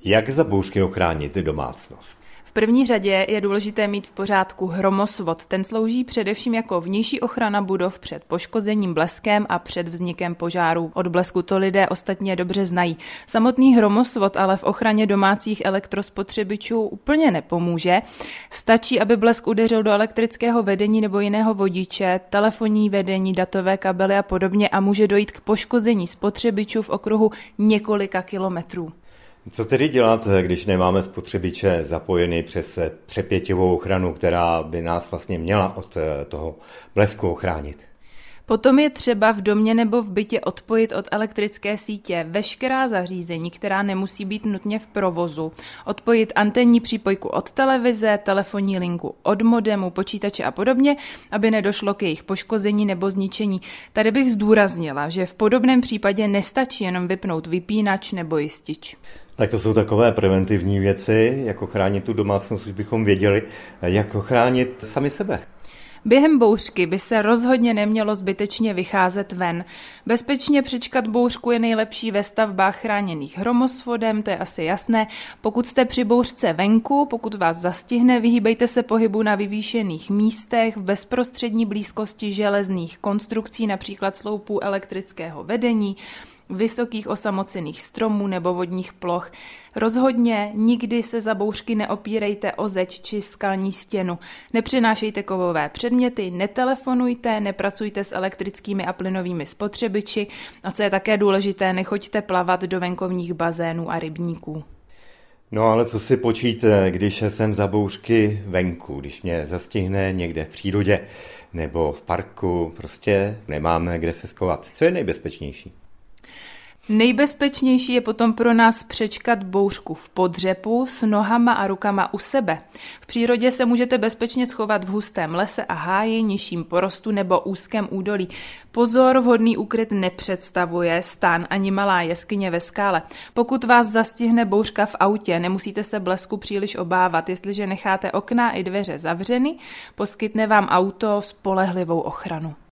Jak za bouřky ochránit domácnost? V první řadě je důležité mít v pořádku hromosvod. Ten slouží především jako vnější ochrana budov před poškozením bleskem a před vznikem požáru od blesku. To lidé ostatně dobře znají. Samotný hromosvod ale v ochraně domácích elektrospotřebičů úplně nepomůže. Stačí, aby blesk udeřil do elektrického vedení nebo jiného vodiče, telefonní vedení, datové kabely a podobně a může dojít k poškození spotřebičů v okruhu několika kilometrů. Co tedy dělat, když nemáme spotřebiče zapojeny přes přepěťovou ochranu, která by nás vlastně měla od toho blesku ochránit? Potom je třeba v domě nebo v bytě odpojit od elektrické sítě veškerá zařízení, která nemusí být nutně v provozu. Odpojit antenní přípojku od televize, telefonní linku od modemu, počítače a podobně, aby nedošlo k jejich poškození nebo zničení. Tady bych zdůraznila, že v podobném případě nestačí jenom vypnout vypínač nebo jistič. Tak to jsou takové preventivní věci, jak ochránit tu domácnost, už bychom věděli, jak ochránit sami sebe. Během bouřky by se rozhodně nemělo zbytečně vycházet ven. Bezpečně přečkat bouřku je nejlepší ve stavbách chráněných hromosvodem, to je asi jasné. Pokud jste při bouřce venku, pokud vás zastihne, vyhýbejte se pohybu na vyvýšených místech, v bezprostřední blízkosti železných konstrukcí, například sloupů elektrického vedení, vysokých osamocených stromů nebo vodních ploch. Rozhodně nikdy se za bouřky neopírejte o zeď či skalní stěnu. Nepřinášejte kovové předměty, netelefonujte, nepracujte s elektrickými a plynovými spotřebiči a co je také důležité, nechoďte plavat do venkovních bazénů a rybníků. No ale co si počít, když jsem za bouřky venku, když mě zastihne někde v přírodě nebo v parku, prostě nemáme kde se schovat. Co je nejbezpečnější? Nejbezpečnější je potom pro nás přečkat bouřku v podřepu s nohama a rukama u sebe. V přírodě se můžete bezpečně schovat v hustém lese a háji, nižším porostu nebo úzkém údolí. Pozor, vhodný úkryt nepředstavuje stán ani malá jeskyně ve skále. Pokud vás zastihne bouřka v autě, nemusíte se blesku příliš obávat. Jestliže necháte okna i dveře zavřeny, poskytne vám auto spolehlivou ochranu.